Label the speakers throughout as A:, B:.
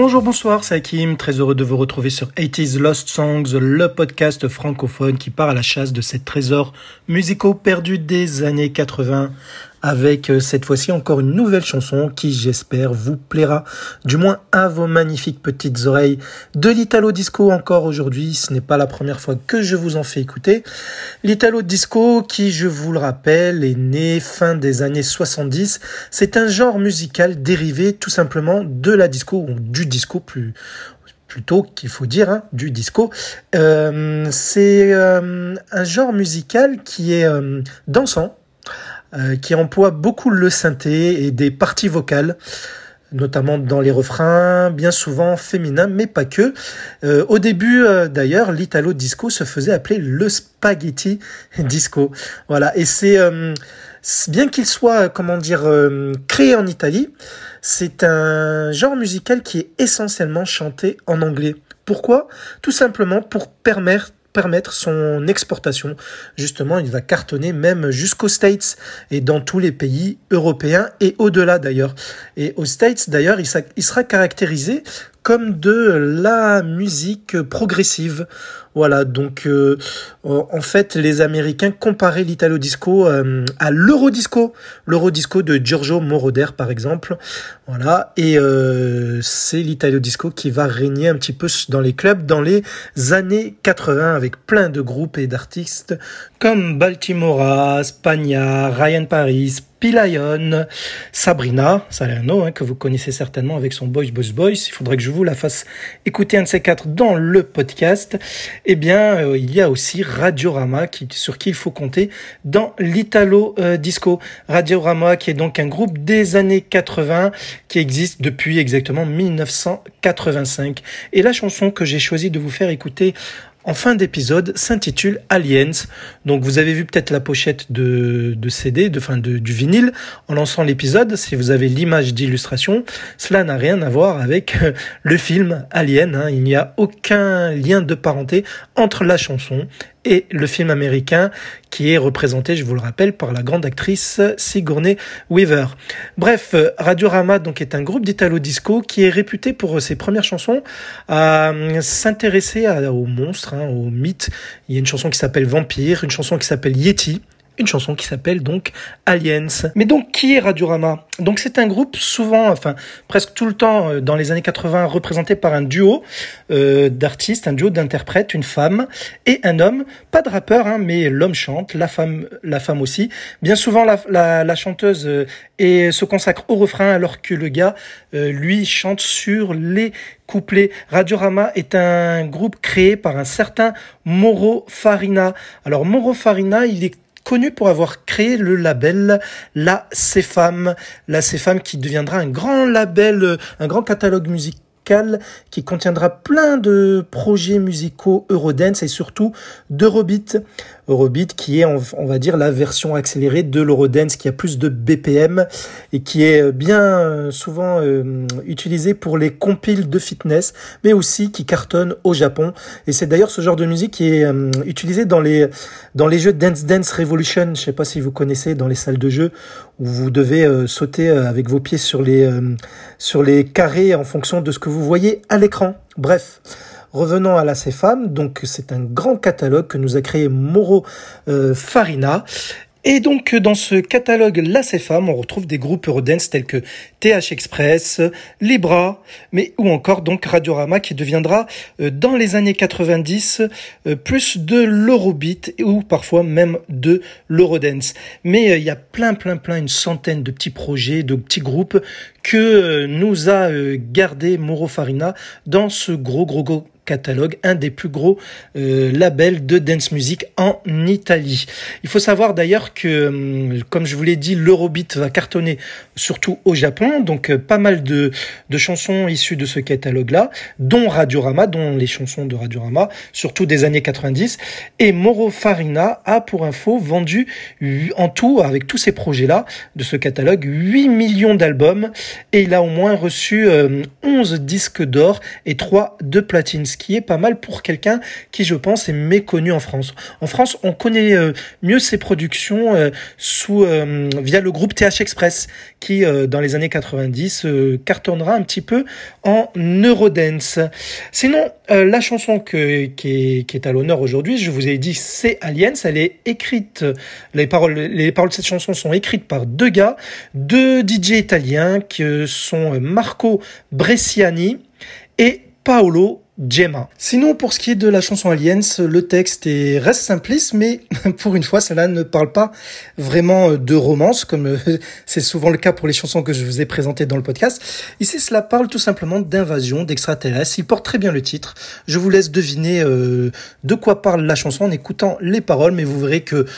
A: Bonjour, bonsoir, c'est Hakim, très heureux de vous retrouver sur 80s Lost Songs, le podcast francophone qui part à la chasse de ces trésors musicaux perdus des années 80, avec cette fois-ci encore une nouvelle chanson qui, j'espère, vous plaira, du moins à vos magnifiques petites oreilles. De l'Italo Disco encore aujourd'hui, ce n'est pas la première fois que je vous en fais écouter. L'Italo Disco qui, je vous le rappelle, est né fin des années 70. C'est un genre musical dérivé tout simplement de la disco, ou du disco plutôt qu'il faut dire, du disco. C'est un genre musical qui est dansant, qui emploie beaucoup le synthé et des parties vocales, notamment dans les refrains, bien souvent féminins, mais pas que. Au début, d'ailleurs, l'Italo Disco se faisait appeler le Spaghetti Disco. Voilà, et c'est bien qu'il soit, créé en Italie, c'est un genre musical qui est essentiellement chanté en anglais. Pourquoi ? Tout simplement pour permettre son exportation. Justement, il va cartonner même jusqu'aux States et dans tous les pays européens et au-delà d'ailleurs. Et aux States d'ailleurs, il sera caractérisé comme de la musique progressive. Voilà, donc en fait, les Américains comparaient l'Italo Disco à l'Eurodisco de Giorgio Moroder par exemple. Voilà, et c'est l'Italo Disco qui va régner un petit peu dans les clubs dans les années 80 avec plein de groupes et d'artistes comme Baltimora, Spagna, Ryan Paris, P-Lion, Sabrina Salerno, que vous connaissez certainement avec son Boys. Il faudrait que je vous la fasse écouter un de ces quatre dans le podcast. Eh bien, il y a aussi Radiorama sur qui il faut compter dans l'Italo Disco. Radiorama qui est donc un groupe des années 80 qui existe depuis exactement 1985. Et la chanson que j'ai choisi de vous faire écouter en fin d'épisode s'intitule Aliens. Donc vous avez vu peut-être la pochette de CD, du vinyle en lançant l'épisode. Si vous avez l'image d'illustration, cela n'a rien à voir avec le film Alien. Il n'y a aucun lien de parenté entre la chanson et le film américain qui est représenté, je vous le rappelle, par la grande actrice Sigourney Weaver. Bref, Radiorama donc est un groupe d'Italo Disco qui est réputé pour ses premières chansons à s'intéresser aux monstres, aux mythes. Il y a une chanson qui s'appelle Vampire, une chanson qui s'appelle Yeti, une chanson qui s'appelle donc Aliens. Mais donc, qui est Radiorama ? Donc, c'est un groupe souvent, presque tout le temps, dans les années 80, représenté par un duo d'artistes, un duo d'interprètes, une femme et un homme. Pas de rappeur, mais l'homme chante, la femme aussi. Bien souvent, la chanteuse se consacre au refrain, alors que le gars, lui, chante sur les couplets. Radiorama est un groupe créé par un certain Mauro Farina. Alors, Mauro Farina, il est connu pour avoir créé le label La Cefam qui deviendra un grand label, un grand catalogue musical qui contiendra plein de projets musicaux Eurodance et surtout d'Eurobeat. Eurobeat qui est, on va dire, la version accélérée de l'Eurodance qui a plus de BPM et qui est bien souvent utilisé pour les compiles de fitness, mais aussi qui cartonne au Japon. Et c'est d'ailleurs ce genre de musique qui est utilisé dans les jeux Dance Revolution. Je sais pas si vous connaissez, dans les salles de jeu où vous devez sauter avec vos pieds sur les carrés en fonction de ce que vous voyez à l'écran. Bref. Revenons à la Cefam, donc c'est un grand catalogue que nous a créé Mauro Farina. Et donc dans ce catalogue La Cefam, on retrouve des groupes Eurodance tels que TH Express, Libra, mais ou encore donc Radiorama qui deviendra dans les années 90 plus de l'Eurobeat ou parfois même de l'Eurodance. Mais il y a plein, une centaine de petits projets, de petits groupes que nous a gardé Mauro Farina dans ce gros catalogue, un des plus gros labels de dance music en Italie. Il faut savoir d'ailleurs que, comme je vous l'ai dit, l'Eurobeat va cartonner surtout au Japon, donc pas mal de chansons issues de ce catalogue-là, dont les chansons de Radiorama, surtout des années 90, et Mauro Farina a pour info vendu en tout, avec tous ces projets-là, de ce catalogue, 8 millions d'albums, et il a au moins reçu 11 disques d'or et 3 de platine, ce qui est pas mal pour quelqu'un qui, je pense, est méconnu en France. En France, on connaît mieux ses productions via le groupe TH Express, qui, dans les années 90, cartonnera un petit peu en Eurodance. Sinon, la chanson qui est à l'honneur aujourd'hui, je vous ai dit, c'est Aliens. Elle est écrite, les paroles de cette chanson sont écrites par deux gars, deux DJ italiens, qui sont Marco Bresciani et Paolo Gemma. Sinon, pour ce qui est de la chanson Aliens, le texte reste simpliste, mais pour une fois, cela ne parle pas vraiment de romance, comme c'est souvent le cas pour les chansons que je vous ai présentées dans le podcast. Ici, cela parle tout simplement d'invasion, d'extraterrestres. Il porte très bien le titre. Je vous laisse deviner de quoi parle la chanson en écoutant les paroles, mais vous verrez que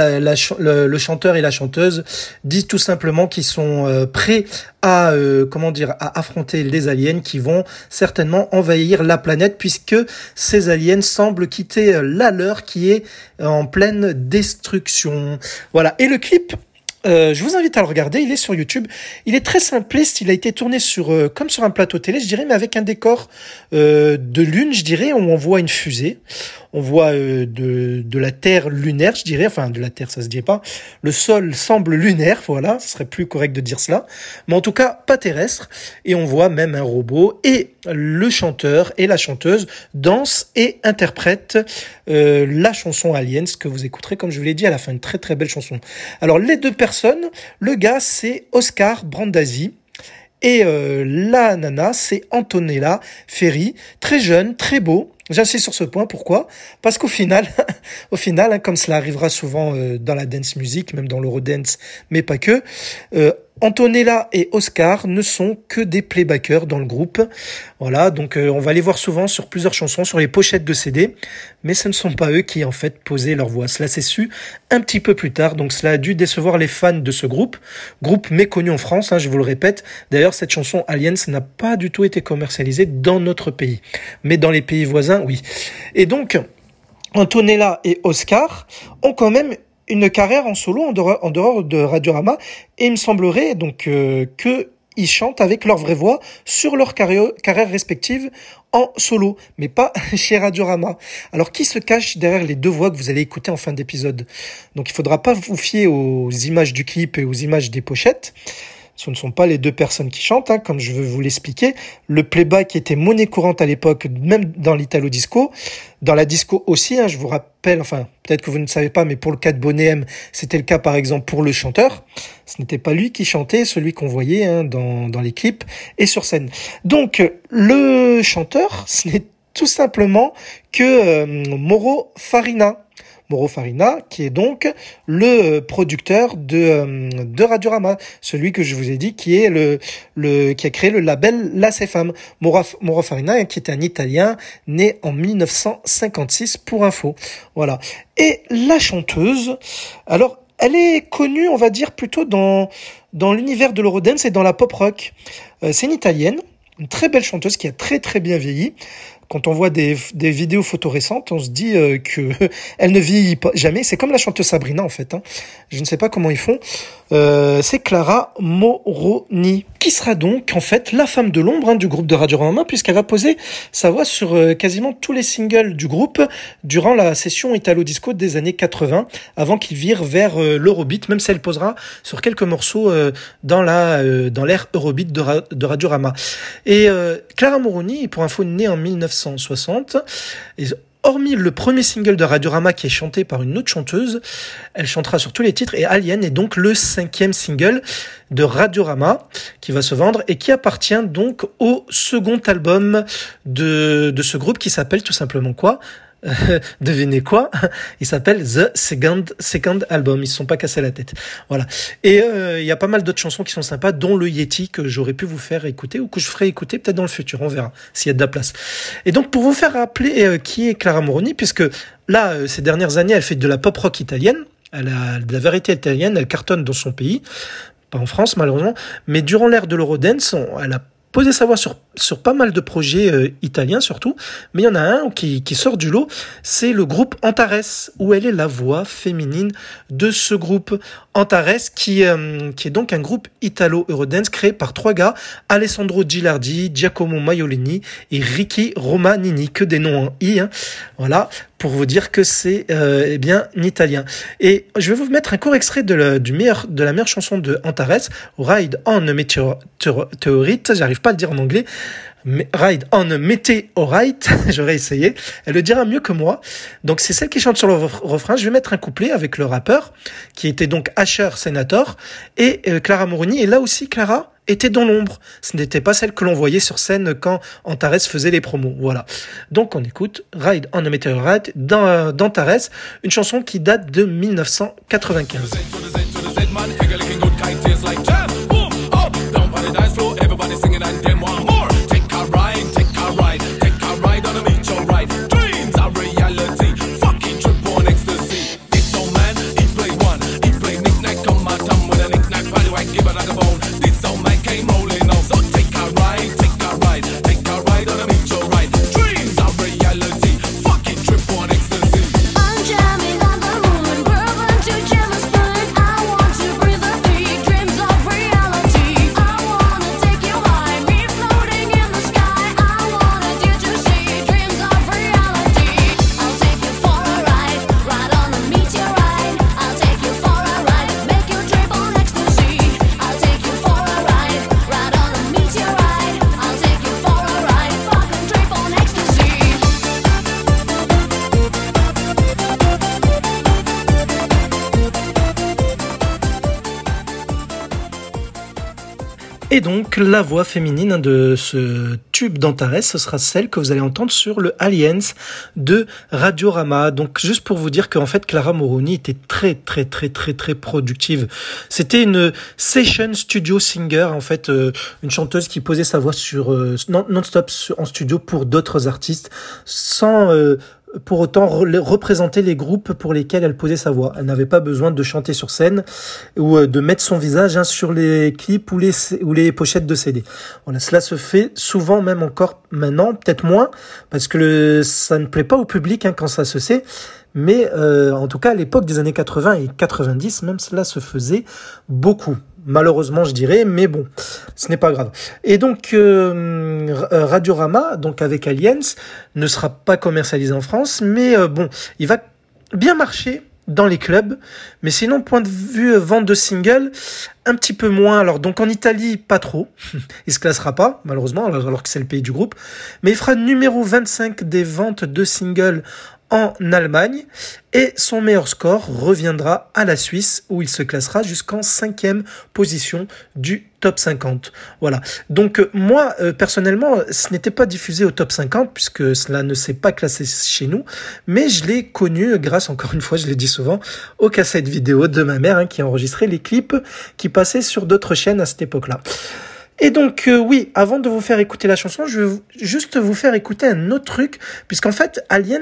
A: le chanteur et la chanteuse disent tout simplement qu'ils sont prêts à affronter les aliens qui vont certainement envahir la planète, puisque ces aliens semblent quitter la leur qui est en pleine destruction. Voilà. Et le clip, je vous invite à le regarder, il est sur YouTube. Il est très simpliste, il a été tourné comme sur un plateau télé, je dirais, mais avec un décor de lune, je dirais, où on voit une fusée. On voit de la Terre lunaire, je dirais, enfin de la Terre, ça se dit pas. Le sol semble lunaire, voilà, ce serait plus correct de dire cela, mais en tout cas pas terrestre. Et on voit même un robot, et le chanteur et la chanteuse dansent et interprètent la chanson Aliens que vous écouterez, comme je vous l'ai dit à la fin, une très très belle chanson. Alors les deux personnes, le gars c'est Oscar Brandazzi. Et la nana, c'est Antonella Ferri, très jeune, très beau. J'insiste sur ce point, pourquoi ? Parce qu'au final, comme cela arrivera souvent dans la dance music, même dans l'Eurodance, mais pas que, Antonella et Oscar ne sont que des playbackers dans le groupe. Voilà, donc on va les voir souvent sur plusieurs chansons, sur les pochettes de CD, mais ce ne sont pas eux qui en fait posaient leur voix. Cela s'est su un petit peu plus tard, donc cela a dû décevoir les fans de ce groupe méconnu en France, je vous le répète. D'ailleurs, cette chanson Aliens n'a pas du tout été commercialisée dans notre pays, mais dans les pays voisins, oui. Et donc, Antonella et Oscar ont quand même une carrière en solo en dehors de Radiorama, et il me semblerait donc que ils chantent avec leur vraie voix sur leur carrière respective en solo, mais pas chez Radiorama. Alors, qui se cache derrière les deux voix que vous allez écouter en fin d'épisode ? Donc, il faudra pas vous fier aux images du clip et aux images des pochettes. Ce ne sont pas les deux personnes qui chantent, comme je veux vous l'expliquer. Le playback était monnaie courante à l'époque, même dans l'Italo Disco. Dans la disco aussi, je vous rappelle, enfin, peut-être que vous ne savez pas, mais pour le cas de Boney M, c'était le cas par exemple pour le chanteur. Ce n'était pas lui qui chantait, celui qu'on voyait dans les clips et sur scène. Donc, le chanteur, ce n'est tout simplement que Mauro Farina. Mauro Farina, qui est donc le producteur de Radiorama, celui que je vous ai dit qui est qui a créé le label La Femme. Mauro Farina, qui est un Italien né en 1956 pour info. Voilà. Et la chanteuse, alors elle est connue, on va dire plutôt dans l'univers de l'Eurodance et dans la pop rock. C'est une Italienne, une très belle chanteuse qui a très très bien vieilli. Quand on voit des vidéos photos récentes, on se dit que elle ne vieillit pas jamais. C'est comme la chanteuse Sabrina en fait. Je ne sais pas comment ils font. C'est Clara Moroni, qui sera donc en fait la femme de l'ombre du groupe de Radiorama, puisqu'elle va poser sa voix sur quasiment tous les singles du groupe durant la session Italo Disco des années 80, avant qu'ils virent vers l'Eurobeat, même si elle posera sur quelques morceaux dans l'ère Eurobeat de Radiorama. Et Clara Moroni, pour info, née en 1960. Et hormis le premier single de Radiorama qui est chanté par une autre chanteuse, elle chantera sur tous les titres, et Alien est donc le 5e single de Radiorama qui va se vendre et qui appartient donc au second album de ce groupe qui s'appelle tout simplement quoi ? Devinez quoi ? Il s'appelle The Second Album. Ils se sont pas cassés la tête. Voilà. Et il y a pas mal d'autres chansons qui sont sympas, dont le Yeti que j'aurais pu vous faire écouter ou que je ferai écouter peut-être dans le futur. On verra s'il y a de la place. Et donc pour vous faire rappeler qui est Clara Moroni, puisque là ces dernières années elle fait de la pop rock italienne. Elle a de la vérité italienne. Elle cartonne dans son pays, pas en France malheureusement. Mais durant l'ère de l'Eurodance, elle a posé sa voix sur pas mal de projets italiens surtout, mais il y en a un qui sort du lot, c'est le groupe Antares, où elle est la voix féminine de ce groupe. Antares, qui est donc un groupe italo-eurodance créé par trois gars, Alessandro Gilardi, Giacomo Maiolini et Ricky Romanini, que des noms en I, hein. Voilà, pour vous dire que c'est bien italien. Et je vais vous mettre un court extrait de la meilleure chanson de Antares, Ride on a Meteorite, j'arrive pas à le dire en anglais, Ride on a Meteorite, j'aurais essayé, elle le dira mieux que moi. Donc c'est celle qui chante sur le refrain. Je vais mettre un couplet avec le rappeur, qui était donc Asher Senator, et Clara Moroni. Et là aussi, Clara était dans l'ombre. Ce n'était pas celle que l'on voyait sur scène quand Antares faisait les promos. Voilà. Donc on écoute Ride on a Meteorite d'Antares, une chanson qui date de 1995. Et donc, la voix féminine de ce tube d'Antares, ce sera celle que vous allez entendre sur le Aliens de Radiorama. Donc, juste pour vous dire qu'en fait, Clara Moroni était très productive. C'était une session studio singer, en fait, une chanteuse qui posait sa voix sur non-stop en studio pour d'autres artistes, sans pour autant représenter les groupes pour lesquels elle posait sa voix. Elle n'avait pas besoin de chanter sur scène ou de mettre son visage sur les clips ou les pochettes de CD. Voilà, cela se fait souvent, même encore maintenant, peut-être moins, parce que ça ne plaît pas au public quand ça se sait. Mais en tout cas, à l'époque des années 80 et 90, même cela se faisait beaucoup. Malheureusement, je dirais, mais bon, ce n'est pas grave. Et donc, Radiorama, donc avec Aliens, ne sera pas commercialisé en France, mais bon, il va bien marcher dans les clubs, mais sinon, point de vue vente de singles, un petit peu moins. Alors, donc en Italie, pas trop. Il se classera pas, malheureusement, alors que c'est le pays du groupe. Mais il fera numéro 25 des ventes de singles en Allemagne, et son meilleur score reviendra à la Suisse, où il se classera jusqu'en 5e position du top 50. Voilà. Donc moi, personnellement, ce n'était pas diffusé au top 50, puisque cela ne s'est pas classé chez nous, mais je l'ai connu grâce, encore une fois, je l'ai dit souvent, aux cassettes vidéo de ma mère, qui enregistrait les clips qui passaient sur d'autres chaînes à cette époque-là. Et donc, oui, avant de vous faire écouter la chanson, je vais juste vous faire écouter un autre truc, puisqu'en fait, Aliens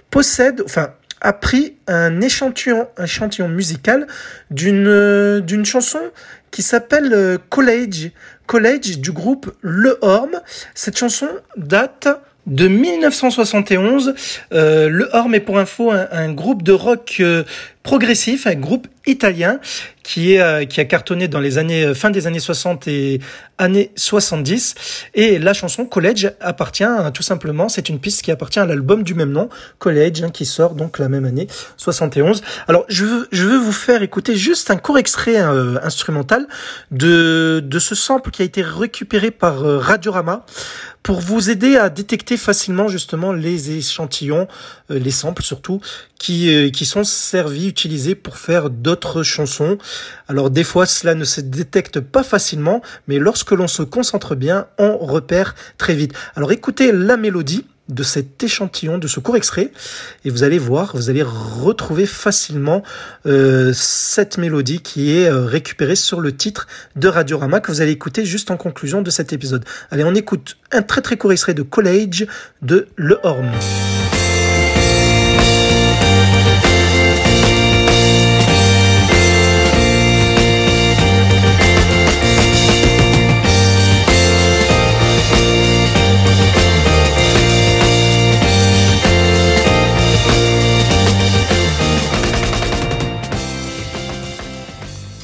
A: a pris un échantillon musical d'une chanson qui s'appelle College du groupe Le Orme. Cette chanson date de 1971. Le Orme est pour info un groupe de rock progressif, un groupe italien qui a cartonné dans les fin des années 60 et années 70. Et la chanson College appartient tout simplement, c'est une piste qui appartient à l'album du même nom, College, qui sort donc la même année 71. Alors je veux vous faire écouter juste un court extrait instrumental de ce sample qui a été récupéré par Radiorama pour vous aider à détecter facilement justement les échantillons, les samples surtout, qui sont utilisés pour faire d'autres chansons. Alors des fois cela ne se détecte pas facilement, mais lorsque l'on se concentre bien, on repère très vite. Alors écoutez la mélodie de cet échantillon, de ce court extrait, et vous allez voir, vous allez retrouver facilement cette mélodie qui est récupérée sur le titre de Radiorama que vous allez écouter juste en conclusion de cet épisode. Allez, on écoute un très court extrait de College de Le Orme.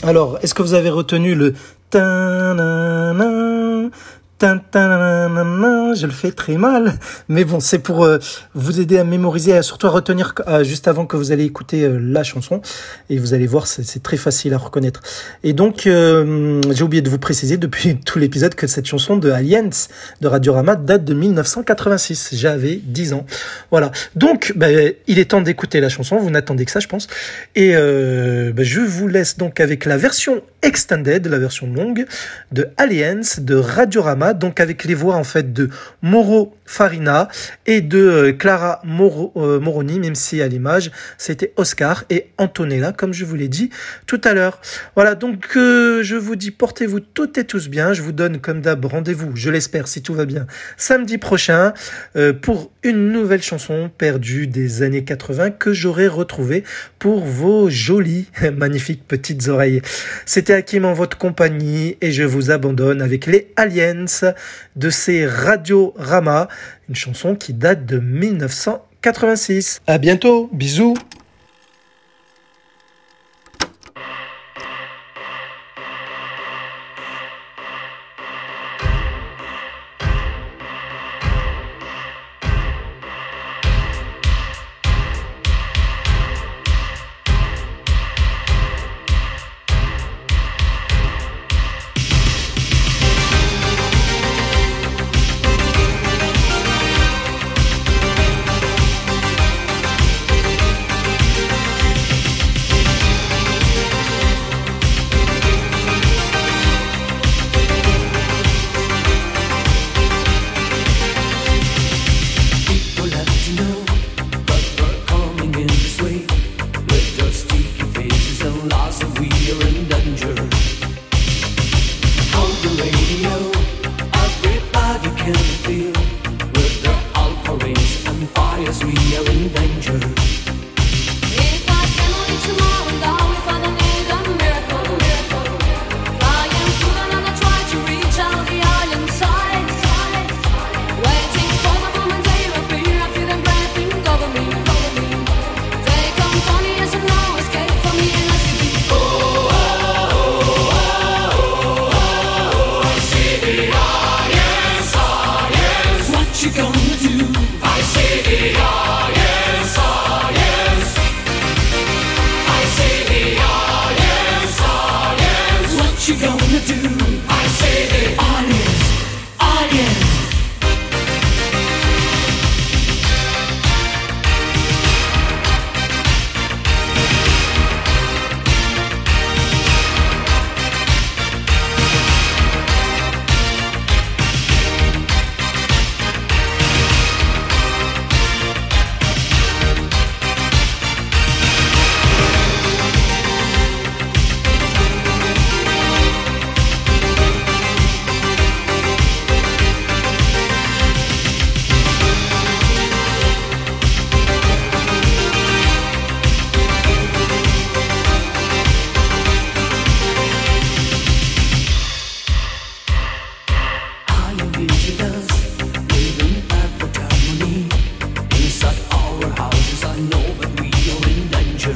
A: Alors, est-ce que vous avez retenu le ta-na-na, ta-ta-na-na-na? Je le fais très mal, mais bon, c'est pour vous aider à mémoriser, et surtout à retenir juste avant que vous allez écouter la chanson, et vous allez voir, c'est très facile à reconnaître. Et donc, j'ai oublié de vous préciser depuis tout l'épisode que cette chanson de Aliens de Radiorama date de 1986. J'avais 10 ans. Voilà. Donc, il est temps d'écouter la chanson. Vous n'attendez que ça, je pense. Et je vous laisse donc avec la version extended, la version longue de Aliens de Radiorama, donc avec les voix en fait de Mauro Farina et de Clara Moroni, même si à l'image c'était Oscar et Antonella, comme je vous l'ai dit tout à l'heure. Voilà, donc je vous dis portez-vous toutes et tous bien. Je vous donne comme d'hab rendez-vous, je l'espère si tout va bien, samedi prochain pour une nouvelle chanson perdue des années 80 que j'aurai retrouvée pour vos jolies, magnifiques petites oreilles. C'était Hakim en votre compagnie et je vous abandonne avec les Aliens de ces Radiorama, une chanson qui date de 1986. À bientôt, bisous.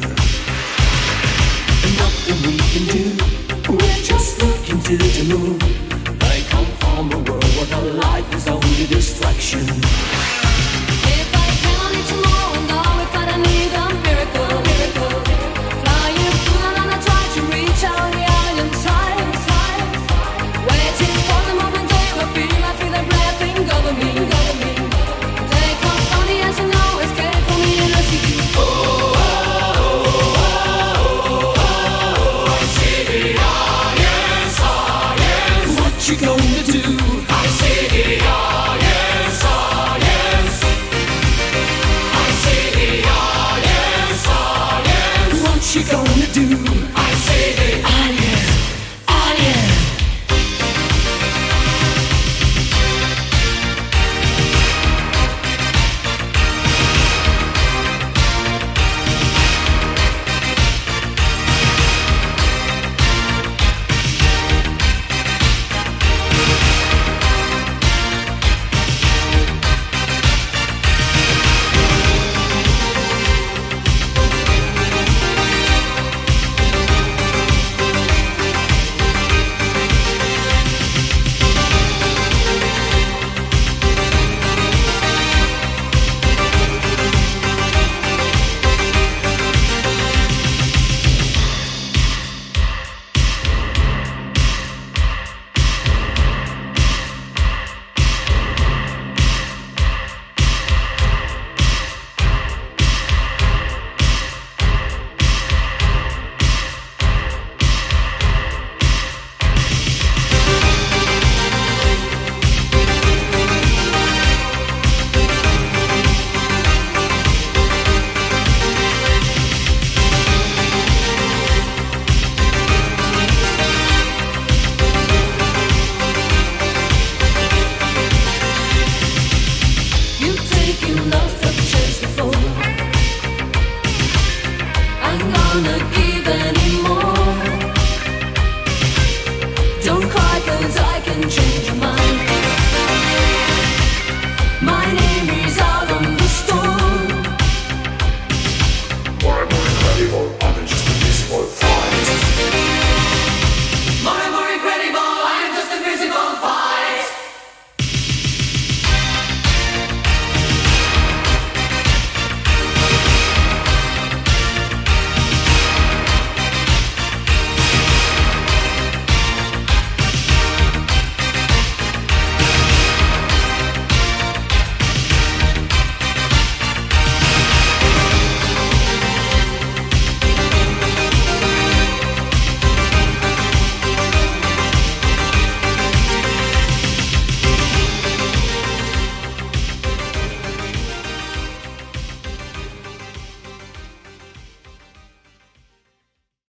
B: To the moon.